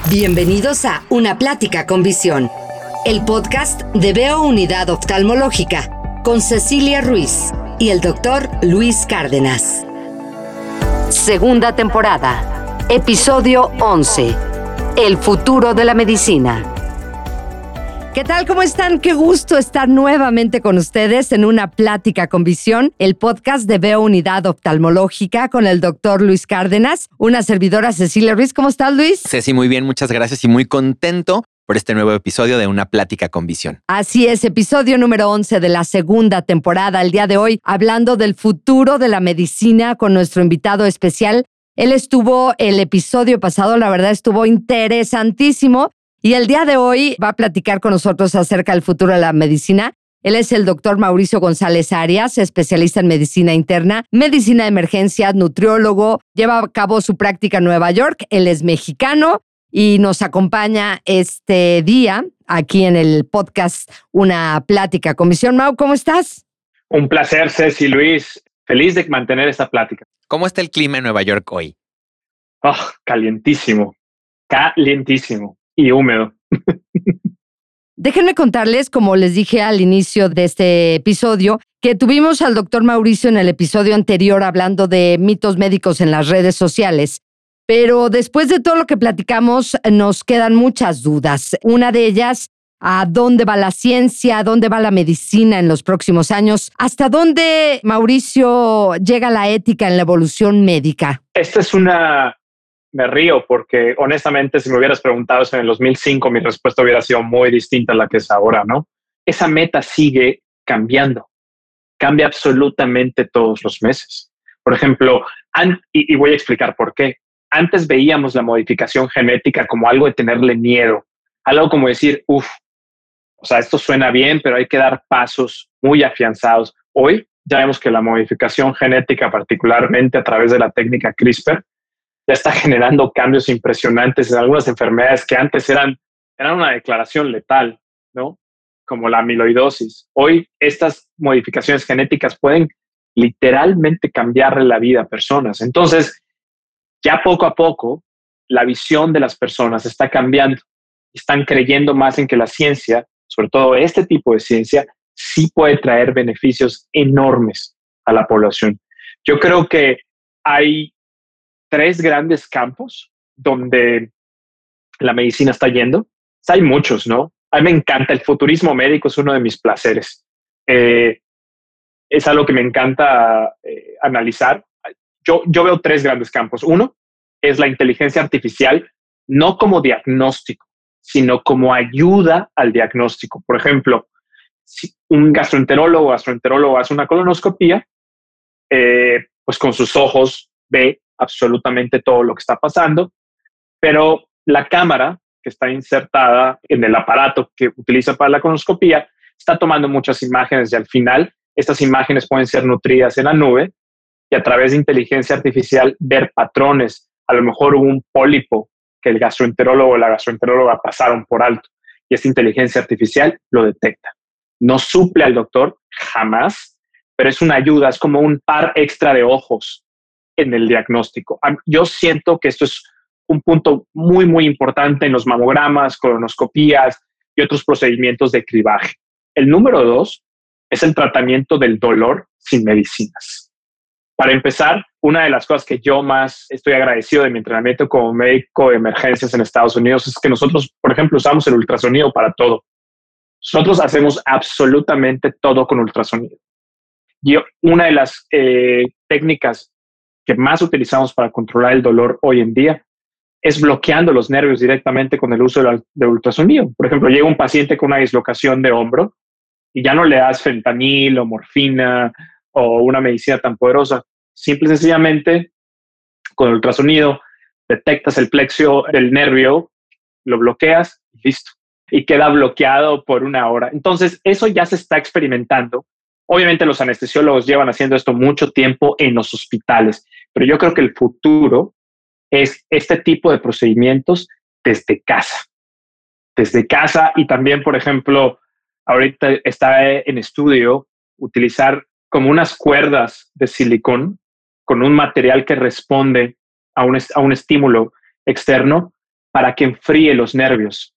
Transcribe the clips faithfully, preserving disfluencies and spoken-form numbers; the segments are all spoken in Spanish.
Bienvenidos a Una Plática con Visión, el podcast de Veo Unidad Oftalmológica con Cecilia Ruiz y el doctor Luis Cárdenas. Segunda temporada, episodio once, el futuro de la medicina. ¿Qué tal? ¿Cómo están? Qué gusto estar nuevamente con ustedes en Una Plática con Visión, el podcast de Veo Unidad Oftalmológica con el doctor Luis Cárdenas, una servidora Cecilia Ruiz. ¿Cómo estás, Luis? Ceci, muy bien, muchas gracias y muy contento por este nuevo episodio de Una Plática con Visión. Así es, episodio número once de la segunda temporada. El día de hoy, hablando del futuro de la medicina con nuestro invitado especial. Él estuvo el episodio pasado, la verdad estuvo interesantísimo. Y el día de hoy va a platicar con nosotros acerca del futuro de la medicina. Él es el doctor Mauricio González Arias, especialista en medicina interna, medicina de emergencia, nutriólogo. Lleva a cabo su práctica en Nueva York. Él es mexicano y nos acompaña este día aquí en el podcast Una Plática con Visión. Mau, ¿cómo estás? Un placer, Ceci, Luis. Feliz de mantener esta plática. ¿Cómo está el clima en Nueva York hoy? Oh, calientísimo, calientísimo. Y húmedo. Déjenme contarles, como les dije al inicio de este episodio, que tuvimos al doctor Mauricio en el episodio anterior hablando de mitos médicos en las redes sociales. Pero después de todo lo que platicamos, nos quedan muchas dudas. Una de ellas, ¿a dónde va la ciencia? ¿A dónde va la medicina en los próximos años? ¿Hasta dónde, Mauricio, llega la ética en la evolución médica? Esta es una... Me río porque, honestamente, si me hubieras preguntado eso en el dos mil cinco, mi respuesta hubiera sido muy distinta a la que es ahora, ¿no? Esa meta sigue cambiando. Cambia absolutamente todos los meses. Por ejemplo, an- y, y voy a explicar por qué. Antes veíamos la modificación genética como algo de tenerle miedo. Algo como decir, uff, o sea, esto suena bien, pero hay que dar pasos muy afianzados. Hoy ya vemos que la modificación genética, particularmente a través de la técnica CRISPR, ya está generando cambios impresionantes en algunas enfermedades que antes eran, eran una declaración letal, ¿no? Como la amiloidosis. Hoy estas modificaciones genéticas pueden literalmente cambiarle la vida a personas. Entonces, ya poco a poco, la visión de las personas está cambiando. Están creyendo más en que la ciencia, sobre todo este tipo de ciencia, sí puede traer beneficios enormes a la población. Yo creo que hay tres grandes campos donde la medicina está yendo. Hay muchos, ¿no? A mí me encanta el futurismo médico, es uno de mis placeres. Eh, es algo que me encanta eh, analizar. Yo, yo veo tres grandes campos. Uno es la inteligencia artificial, no como diagnóstico, sino como ayuda al diagnóstico. Por ejemplo, si un gastroenterólogo o gastroenterólogo hace una colonoscopía, eh, pues con sus ojos ve absolutamente todo lo que está pasando, pero la cámara que está insertada en el aparato que utiliza para la colonoscopía está tomando muchas imágenes y al final estas imágenes pueden ser nutridas en la nube y a través de inteligencia artificial ver patrones. A lo mejor hubo un pólipo que el gastroenterólogo o la gastroenteróloga pasaron por alto y esta inteligencia artificial lo detecta. No suple al doctor jamás, pero es una ayuda, es como un par extra de ojos en el diagnóstico. Yo siento que esto es un punto muy, muy importante en los mamogramas, colonoscopías y otros procedimientos de cribaje. El número dos es el tratamiento del dolor sin medicinas. Para empezar, una de las cosas que yo más estoy agradecido de mi entrenamiento como médico de emergencias en Estados Unidos es que nosotros, por ejemplo, usamos el ultrasonido para todo. Nosotros hacemos absolutamente todo con ultrasonido. Y una de las eh, técnicas que más utilizamos para controlar el dolor hoy en día es bloqueando los nervios directamente con el uso de, de ultrasonido. Por ejemplo, llega un paciente con una dislocación de hombro y ya no le das fentanil o morfina o una medicina tan poderosa. Simple y sencillamente, con el ultrasonido, detectas el plexo del nervio, lo bloqueas y listo. Y queda bloqueado por una hora. Entonces, eso ya se está experimentando. Obviamente los anestesiólogos llevan haciendo esto mucho tiempo en los hospitales, pero yo creo que el futuro es este tipo de procedimientos desde casa. Desde casa y también, por ejemplo, ahorita está en estudio utilizar como unas cuerdas de silicón con un material que responde a un, a un estímulo externo para que enfríe los nervios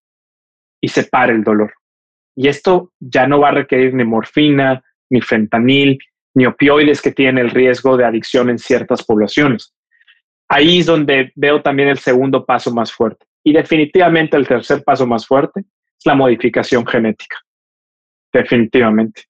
y separe el dolor. Y esto ya no va a requerir ni morfina, ni fentanil, ni opioides que tienen el riesgo de adicción en ciertas poblaciones. Ahí es donde veo también el segundo paso más fuerte. Y definitivamente el tercer paso más fuerte es la modificación genética. Definitivamente.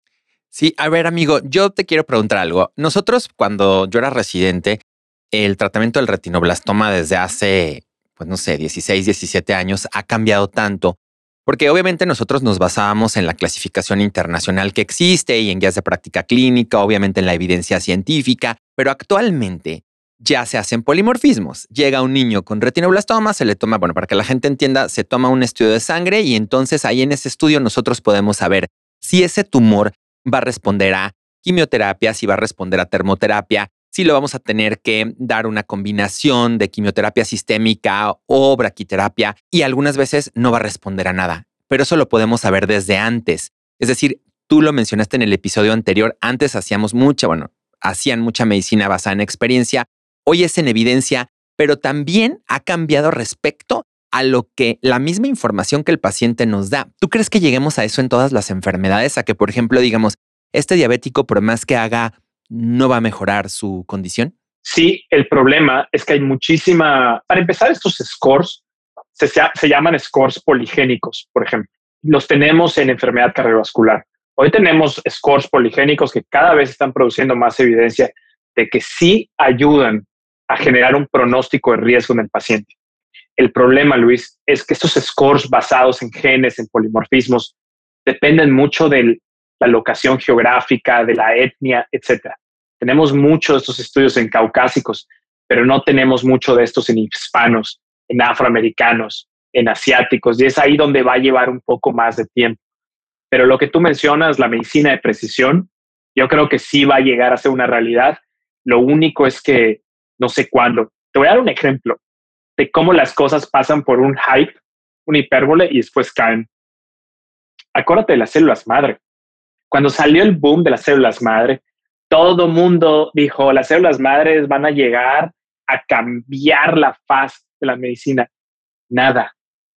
Sí, a ver, amigo, yo te quiero preguntar algo. Nosotros, cuando yo era residente, el tratamiento del retinoblastoma desde hace, pues no sé, dieciséis, diecisiete años ha cambiado tanto, porque obviamente nosotros nos basábamos en la clasificación internacional que existe y en guías de práctica clínica, obviamente en la evidencia científica, pero actualmente ya se hacen polimorfismos. Llega un niño con retinoblastoma, se le toma, bueno, para que la gente entienda, se toma un estudio de sangre y entonces ahí en ese estudio nosotros podemos saber si ese tumor va a responder a quimioterapia, si va a responder a termoterapia, si lo vamos a tener que dar una combinación de quimioterapia sistémica o braquiterapia y algunas veces no va a responder a nada. Pero eso lo podemos saber desde antes. Es decir, tú lo mencionaste en el episodio anterior, antes hacíamos mucha, bueno, hacían mucha medicina basada en experiencia, hoy es en evidencia, pero también ha cambiado respecto a lo que la misma información que el paciente nos da. ¿Tú crees que lleguemos a eso en todas las enfermedades? A que, por ejemplo, digamos, este diabético, por más que haga, no va a mejorar su condición. Sí, el problema es que hay muchísima... Para empezar, estos scores se, se llaman scores poligénicos, por ejemplo. Los tenemos en enfermedad cardiovascular. Hoy tenemos scores poligénicos que cada vez están produciendo más evidencia de que sí ayudan a generar un pronóstico de riesgo en el paciente. El problema, Luis, es que estos scores basados en genes, en polimorfismos, dependen mucho de la locación geográfica, de la etnia, etcétera. Tenemos muchos de estos estudios en caucásicos, pero no tenemos mucho de estos en hispanos, en afroamericanos, en asiáticos, y es ahí donde va a llevar un poco más de tiempo. Pero lo que tú mencionas, la medicina de precisión, yo creo que sí va a llegar a ser una realidad. Lo único es que no sé cuándo. Te voy a dar un ejemplo de cómo las cosas pasan por un hype, un hipérbole y después caen. Acuérdate de las células madre. Cuando salió el boom de las células madre, todo mundo dijo, las células madres van a llegar a cambiar la faz de la medicina. Nada,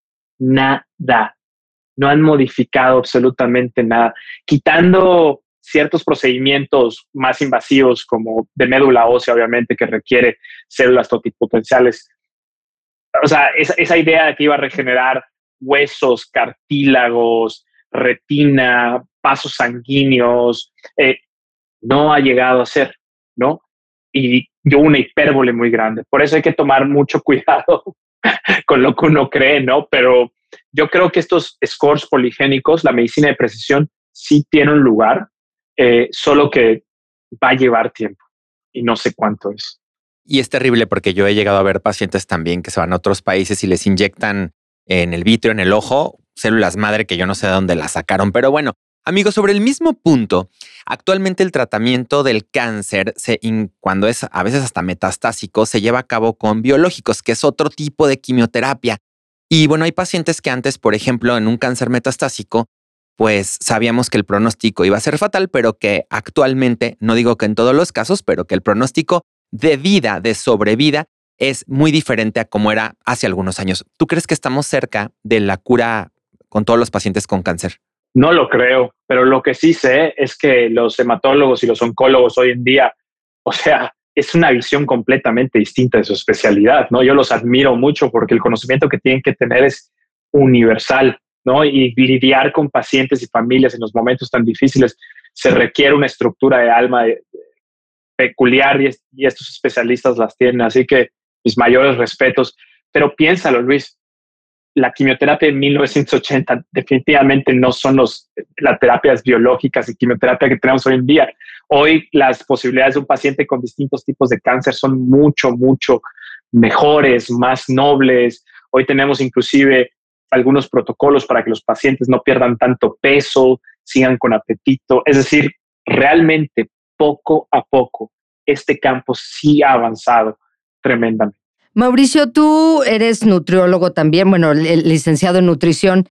nada. No han modificado absolutamente nada. Quitando ciertos procedimientos más invasivos como de médula ósea, obviamente, que requiere células totipotenciales. O sea, esa, esa idea de que iba a regenerar huesos, cartílagos, retina, vasos sanguíneos, eh, no ha llegado a ser, ¿no? Y yo una hipérbole muy grande. Por eso hay que tomar mucho cuidado con lo que uno cree, ¿no? Pero yo creo que estos scores poligénicos, la medicina de precisión, sí tiene un lugar, eh, solo que va a llevar tiempo y no sé cuánto es. Y es terrible porque yo he llegado a ver pacientes también que se van a otros países y les inyectan en el vítreo, en el ojo, células madre que yo no sé de dónde las sacaron. Pero bueno, amigos, sobre el mismo punto, actualmente el tratamiento del cáncer, se, cuando es a veces hasta metastásico, se lleva a cabo con biológicos, que es otro tipo de quimioterapia. Y bueno, hay pacientes que antes, por ejemplo, en un cáncer metastásico, pues sabíamos que el pronóstico iba a ser fatal, pero que actualmente, no digo que en todos los casos, pero que el pronóstico de vida, de sobrevida, es muy diferente a como era hace algunos años. ¿Tú crees que estamos cerca de la cura con todos los pacientes con cáncer? No lo creo, pero lo que sí sé es que los hematólogos y los oncólogos hoy en día, o sea, es una visión completamente distinta de su especialidad, ¿no? Yo los admiro mucho porque el conocimiento que tienen que tener es universal, ¿no? Y lidiar con pacientes y familias en los momentos tan difíciles se requiere una estructura de alma de, de, peculiar y, es, y estos especialistas las tienen, así que mis mayores respetos. Pero piénsalo, Luis, la quimioterapia de mil novecientos ochenta definitivamente no son los, las terapias biológicas y quimioterapia que tenemos hoy en día. Hoy las posibilidades de un paciente con distintos tipos de cáncer son mucho, mucho mejores, más nobles. Hoy tenemos inclusive algunos protocolos para que los pacientes no pierdan tanto peso, sigan con apetito. Es decir, realmente poco a poco este campo sí ha avanzado tremendamente. Mauricio, tú eres nutriólogo también, bueno, licenciado en nutrición,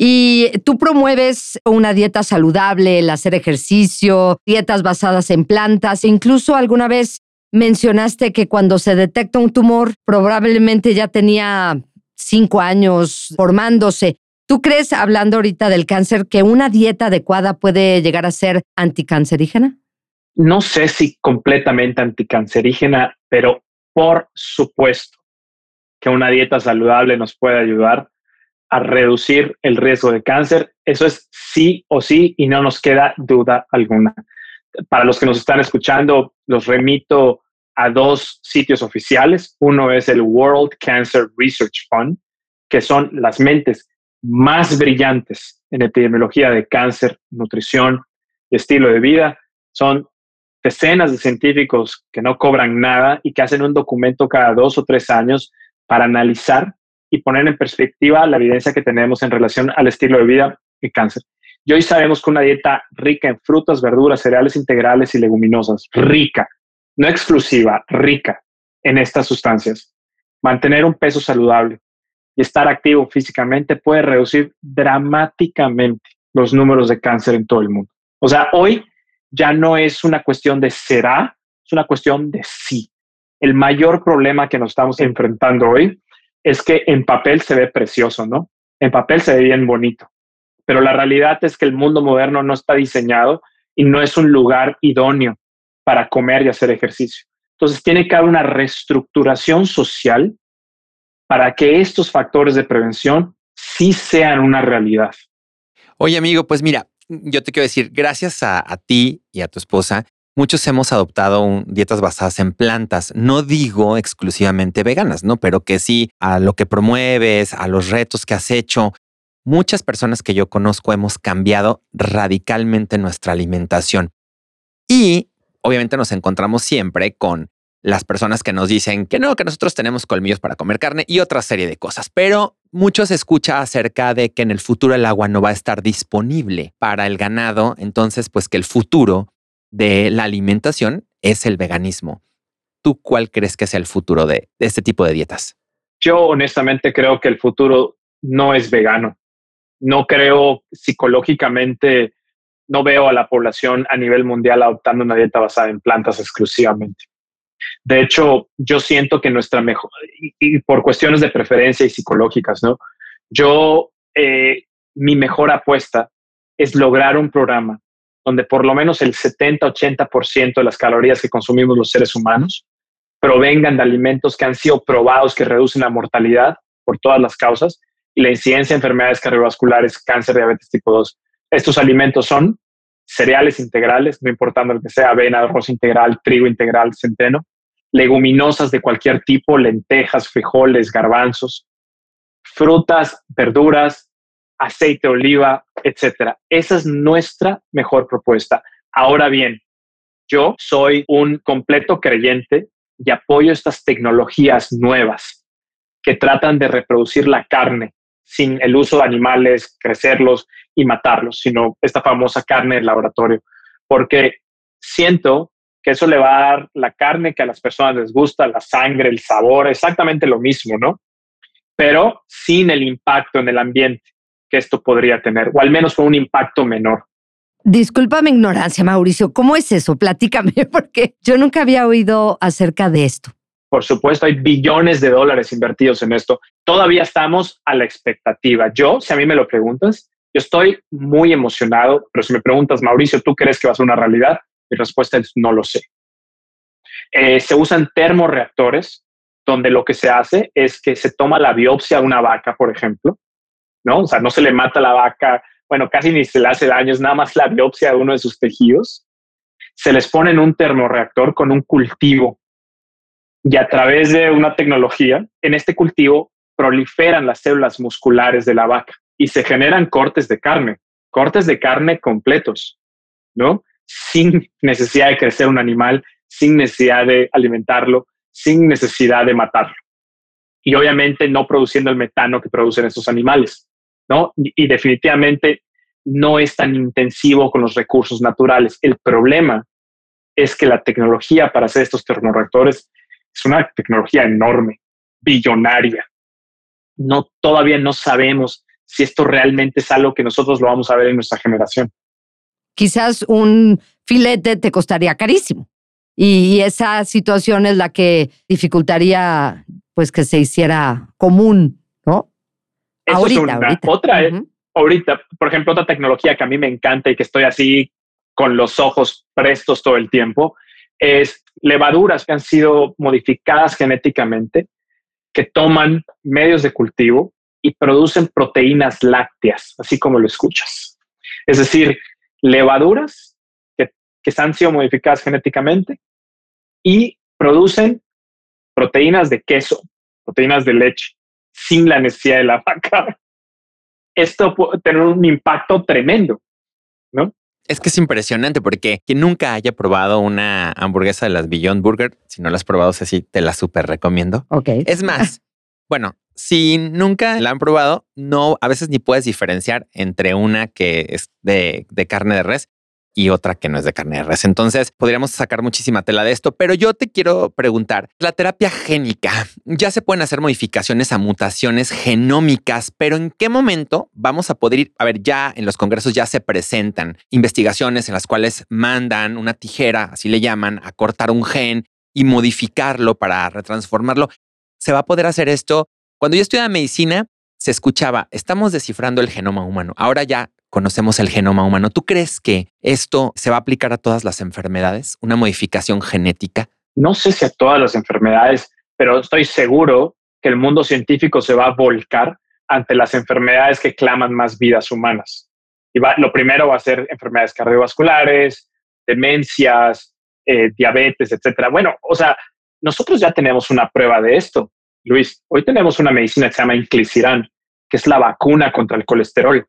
y tú promueves una dieta saludable, el hacer ejercicio, dietas basadas en plantas. Incluso alguna vez mencionaste que cuando se detecta un tumor, probablemente ya tenía cinco años formándose. ¿Tú crees, hablando ahorita del cáncer, que una dieta adecuada puede llegar a ser anticancerígena? No sé si completamente anticancerígena, pero por supuesto que una dieta saludable nos puede ayudar a reducir el riesgo de cáncer. Eso es sí o sí y no nos queda duda alguna. Para los que nos están escuchando, los remito a dos sitios oficiales. Uno es el World Cancer Research Fund, que son las mentes más brillantes en epidemiología de cáncer, nutrición y estilo de vida. Son decenas de científicos que no cobran nada y que hacen un documento cada dos o tres años para analizar y poner en perspectiva la evidencia que tenemos en relación al estilo de vida y cáncer. Y hoy sabemos que una dieta rica en frutas, verduras, cereales integrales y leguminosas, rica, no exclusiva, rica en estas sustancias, mantener un peso saludable y estar activo físicamente puede reducir dramáticamente los números de cáncer en todo el mundo. O sea, hoy ya no es una cuestión de será, es una cuestión de sí. El mayor problema que nos estamos enfrentando hoy es que en papel se ve precioso, ¿no? En papel se ve bien bonito, pero la realidad es que el mundo moderno no está diseñado y no es un lugar idóneo para comer y hacer ejercicio. Entonces tiene que haber una reestructuración social para que estos factores de prevención sí sean una realidad. Oye, amigo, pues mira, yo te quiero decir, gracias a, a ti y a tu esposa, muchos hemos adoptado un, dietas basadas en plantas. No digo exclusivamente veganas, ¿no? Pero que sí a lo que promueves, a los retos que has hecho. Muchas personas que yo conozco hemos cambiado radicalmente nuestra alimentación. Y obviamente nos encontramos siempre con las personas que nos dicen que no, que nosotros tenemos colmillos para comer carne y otra serie de cosas. Pero mucho se escucha acerca de que en el futuro el agua no va a estar disponible para el ganado. Entonces, pues que el futuro de la alimentación es el veganismo. ¿Tú cuál crees que sea el futuro de, de este tipo de dietas? Yo honestamente creo que el futuro no es vegano. No creo psicológicamente, no veo a la población a nivel mundial adoptando una dieta basada en plantas exclusivamente. De hecho, yo siento que nuestra mejor, y, y por cuestiones de preferencia y psicológicas, ¿no? Yo, eh, mi mejor apuesta es lograr un programa donde por lo menos el setenta ochenta por ciento de las calorías que consumimos los seres humanos provengan de alimentos que han sido probados que reducen la mortalidad por todas las causas y la incidencia de enfermedades cardiovasculares, cáncer, diabetes tipo dos. Estos alimentos son cereales integrales, no importando lo que sea, avena, arroz integral, trigo integral, centeno, leguminosas de cualquier tipo, lentejas, frijoles, garbanzos, frutas, verduras, aceite de oliva, etcétera. Esa es nuestra mejor propuesta. Ahora bien, yo soy un completo creyente y apoyo estas tecnologías nuevas que tratan de reproducir la carne sin el uso de animales, crecerlos y matarlos, sino esta famosa carne del laboratorio, porque siento que eso le va a dar la carne que a las personas les gusta, la sangre, el sabor, exactamente lo mismo, ¿no? Pero sin el impacto en el ambiente que esto podría tener, o al menos con un impacto menor. Disculpa mi ignorancia, Mauricio. ¿Cómo es eso? Platícame, porque yo nunca había oído acerca de esto. Por supuesto, hay billones de dólares invertidos en esto. Todavía estamos a la expectativa. Yo, si a mí me lo preguntas, yo estoy muy emocionado, pero si me preguntas, Mauricio, ¿tú crees que va a ser una realidad? Mi respuesta es no lo sé. Eh, se usan termorreactores donde lo que se hace es que se toma la biopsia a una vaca, por ejemplo, ¿no? O sea, no se le mata a la vaca, bueno, casi ni se le hace daño, es nada más la biopsia de uno de sus tejidos. Se les pone en un termorreactor con un cultivo y a través de una tecnología, en este cultivo proliferan las células musculares de la vaca y se generan cortes de carne, cortes de carne completos, ¿no? Sin necesidad de crecer un animal, sin necesidad de alimentarlo, sin necesidad de matarlo. Y obviamente no produciendo el metano que producen estos animales, ¿no? Y, y definitivamente no es tan intensivo con los recursos naturales. El problema es que la tecnología para hacer estos termorreactores es una tecnología enorme, billonaria. No, todavía no sabemos si esto realmente es algo que nosotros lo vamos a ver en nuestra generación. Quizás un filete te costaría carísimo. Y esa situación es la que dificultaría pues que se hiciera común, ¿no? Eso ahorita, es una. ahorita. Otra es, uh-huh. ahorita, por ejemplo, otra tecnología que a mí me encanta y que estoy así con los ojos prestos todo el tiempo, es levaduras que han sido modificadas genéticamente, que toman medios de cultivo y producen proteínas lácteas, así como lo escuchas. Es decir, levaduras que, que han sido modificadas genéticamente y producen proteínas de queso, proteínas de leche, sin la necesidad de la vaca. Esto puede tener un impacto tremendo, ¿no? Es que es impresionante porque quien nunca haya probado una hamburguesa de las Beyond Burger, si no la has probado, Ceci, te la súper recomiendo. Ok. Es más, bueno, si nunca la han probado, no, a veces ni puedes diferenciar entre una que es de, de carne de res y otra que no es de carne de res. Entonces podríamos sacar muchísima tela de esto, pero yo te quiero preguntar, la terapia génica, ya se pueden hacer modificaciones a mutaciones genómicas, pero ¿en qué momento vamos a poder ir? A ver, ya en los congresos ya se presentan investigaciones en las cuales mandan una tijera, así le llaman, a cortar un gen y modificarlo para retransformarlo. ¿Se va a poder hacer esto? Cuando yo estudiaba medicina, se escuchaba, estamos descifrando el genoma humano. Ahora ya conocemos el genoma humano. ¿Tú crees que esto se va a aplicar a todas las enfermedades? ¿Una modificación genética? No sé si a todas las enfermedades, pero estoy seguro que el mundo científico se va a volcar ante las enfermedades que claman más vidas humanas. Y va, lo primero va a ser enfermedades cardiovasculares, demencias, eh, diabetes, etcétera. Bueno, o sea, nosotros ya tenemos una prueba de esto, Luis. Hoy tenemos una medicina que se llama Inclisiran, que es la vacuna contra el colesterol.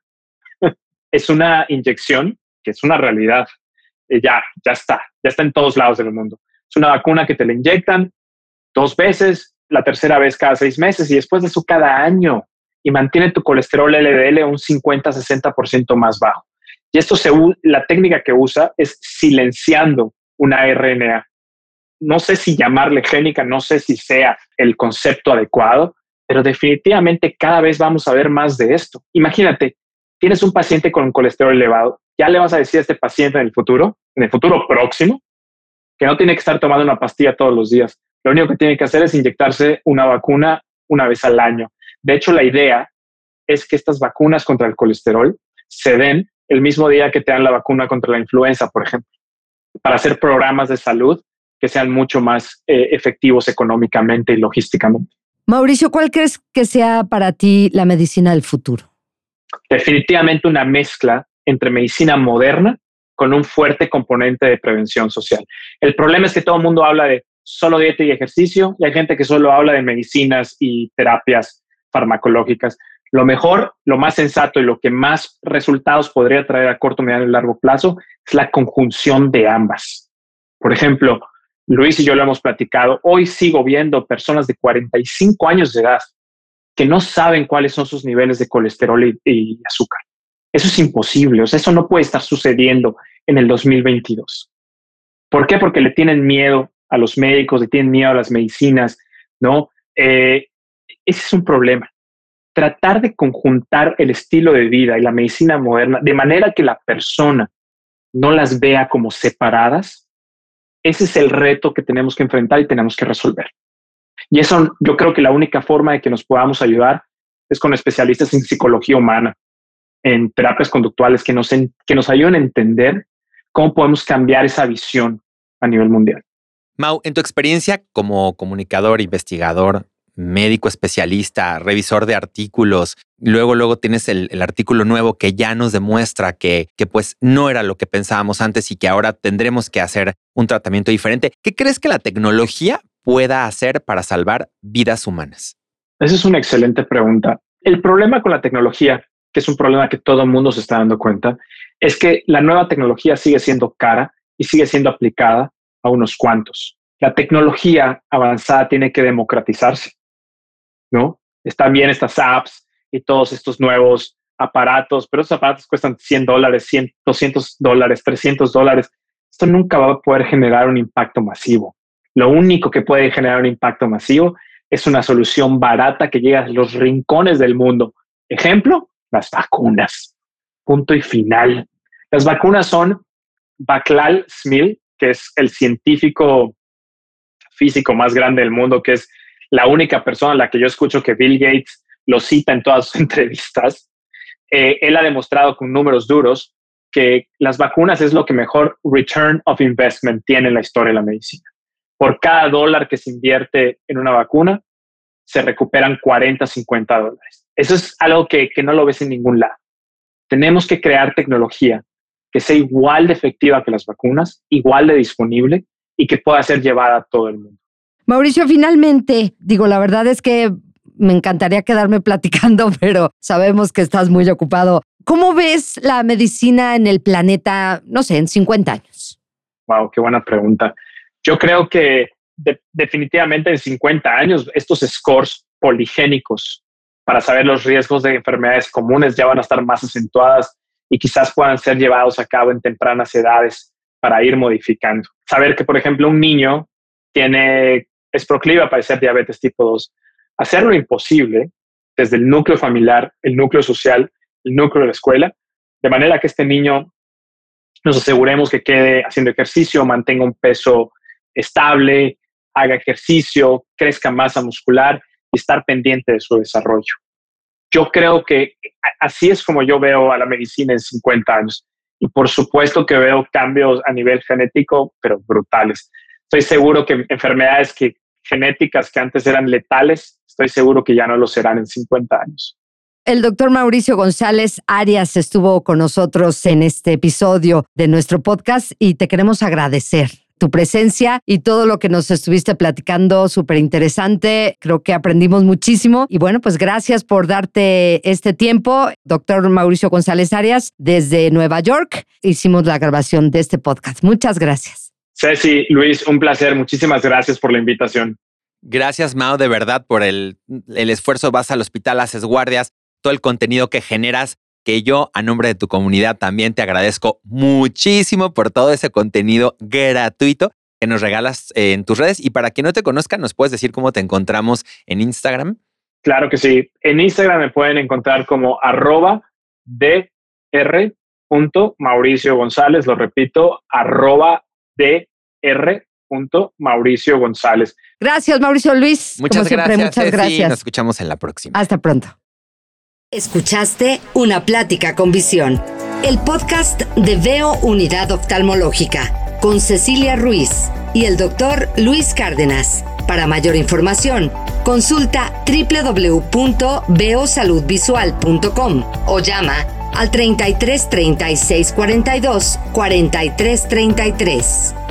Es una inyección que es una realidad. Eh, ya, ya está, ya está en todos lados del mundo. Es una vacuna que te la inyectan dos veces, la tercera vez cada seis meses y después de eso cada año, y mantiene tu colesterol L D L un cincuenta a sesenta por ciento más bajo. Y esto se, la técnica que usa es silenciando una R N A. No sé si llamarle génica, no sé si sea el concepto adecuado, pero definitivamente cada vez vamos a ver más de esto. Imagínate, tienes un paciente con un colesterol elevado, ya le vas a decir a este paciente en el futuro, en el futuro próximo, que no tiene que estar tomando una pastilla todos los días. Lo único que tiene que hacer es inyectarse una vacuna una vez al año. De hecho, la idea es que estas vacunas contra el colesterol se den el mismo día que te dan la vacuna contra la influenza, por ejemplo, para hacer programas de salud que sean mucho más eh, efectivos económicamente y logísticamente. Mauricio, ¿cuál crees que sea para ti la medicina del futuro? Definitivamente una mezcla entre medicina moderna con un fuerte componente de prevención social. El problema es que todo el mundo habla de solo dieta y ejercicio y hay gente que solo habla de medicinas y terapias farmacológicas. Lo mejor, lo más sensato y lo que más resultados podría traer a corto, mediano y largo plazo es la conjunción de ambas. Por ejemplo, Luis y yo lo hemos platicado. Hoy sigo viendo personas de cuarenta y cinco años de edad que no saben cuáles son sus niveles de colesterol y, y azúcar. Eso es imposible. O sea, eso no puede estar sucediendo en el dos mil veintidós. ¿Por qué? Porque le tienen miedo a los médicos, le tienen miedo a las medicinas, ¿no? Eh, ese es un problema. Tratar de conjuntar el estilo de vida y la medicina moderna de manera que la persona no las vea como separadas, ese es el reto que tenemos que enfrentar y tenemos que resolver. Y eso, yo creo que la única forma de que nos podamos ayudar es con especialistas en psicología humana, en terapias conductuales que nos, en, que nos ayuden a entender cómo podemos cambiar esa visión a nivel mundial. Mau, en tu experiencia como comunicador, investigador, médico especialista, revisor de artículos, luego, luego tienes el, el artículo nuevo que ya nos demuestra que, que pues no era lo que pensábamos antes y que ahora tendremos que hacer un tratamiento diferente. ¿Qué crees que la tecnología pueda hacer para salvar vidas humanas? Esa es una excelente pregunta. El problema con la tecnología, que es un problema que todo el mundo se está dando cuenta, es que la nueva tecnología sigue siendo cara y sigue siendo aplicada a unos cuantos. La tecnología avanzada tiene que democratizarse, ¿no? Están bien estas apps y todos estos nuevos aparatos, pero esos aparatos cuestan cien dólares, cien, doscientos dólares, trescientos dólares. Esto nunca va a poder generar un impacto masivo. Lo único que puede generar un impacto masivo es una solución barata que llega a los rincones del mundo. Ejemplo, las vacunas. Punto y final. Las vacunas son Vaclav Smil, que es el científico físico más grande del mundo, que es la única persona a la que yo escucho que Bill Gates lo cita en todas sus entrevistas, eh, él ha demostrado con números duros que las vacunas es lo que mejor return of investment tiene en la historia de la medicina. Por cada dólar que se invierte en una vacuna, se recuperan cuarenta, cincuenta dólares. Eso es algo que, que no lo ves en ningún lado. Tenemos que crear tecnología que sea igual de efectiva que las vacunas, igual de disponible y que pueda ser llevada a todo el mundo. Mauricio, finalmente, digo, la verdad es que me encantaría quedarme platicando, pero sabemos que estás muy ocupado. ¿Cómo ves la medicina en el planeta, no sé, en cincuenta años? Wow, qué buena pregunta. Yo creo que de, definitivamente en cincuenta años estos scores poligénicos para saber los riesgos de enfermedades comunes ya van a estar más acentuadas y quizás puedan ser llevados a cabo en tempranas edades para ir modificando. Saber que, por ejemplo, un niño tiene, es proclive a padecer diabetes tipo dos. Hacer lo imposible desde el núcleo familiar, el núcleo social, el núcleo de la escuela, de manera que este niño nos aseguremos que quede haciendo ejercicio, mantenga un peso estable, haga ejercicio, crezca masa muscular y estar pendiente de su desarrollo. Yo creo que así es como yo veo a la medicina en cincuenta años. Y por supuesto que veo cambios a nivel genético, pero brutales. Estoy seguro que enfermedades que, genéticas que antes eran letales, estoy seguro que ya no lo serán en cincuenta años. El doctor Mauricio González Arias estuvo con nosotros en este episodio de nuestro podcast y te queremos agradecer tu presencia y todo lo que nos estuviste platicando, súper interesante. Creo que aprendimos muchísimo. Y bueno, pues gracias por darte este tiempo. Doctor Mauricio González Arias, desde Nueva York, hicimos la grabación de este podcast. Muchas gracias. Ceci, Luis, un placer. Muchísimas gracias por la invitación. Gracias, Mau, de verdad, por el, el esfuerzo. Vas al hospital, haces guardias, todo el contenido que generas, que yo, a nombre de tu comunidad, también te agradezco muchísimo por todo ese contenido gratuito que nos regalas eh, en tus redes. Y para quien no te conozca, ¿nos puedes decir cómo te encontramos en Instagram? Claro que sí. En Instagram me pueden encontrar como arroba dr punto Mauricio González. Lo repito, arroba dr punto Mauricio González. Gracias, Mauricio. Luis. Muchas como siempre, gracias. Muchas Ceci. gracias. Nos escuchamos en la próxima. Hasta pronto. Escuchaste Una Plática con Visión, el podcast de Veo Unidad Oftalmológica, con Cecilia Ruiz y el doctor Luis Cárdenas. Para mayor información, consulta doble u doble u doble u punto veo salud visual punto com o llama al treinta y tres, treinta y seis, cuarenta y dos, cuarenta y tres, treinta y tres.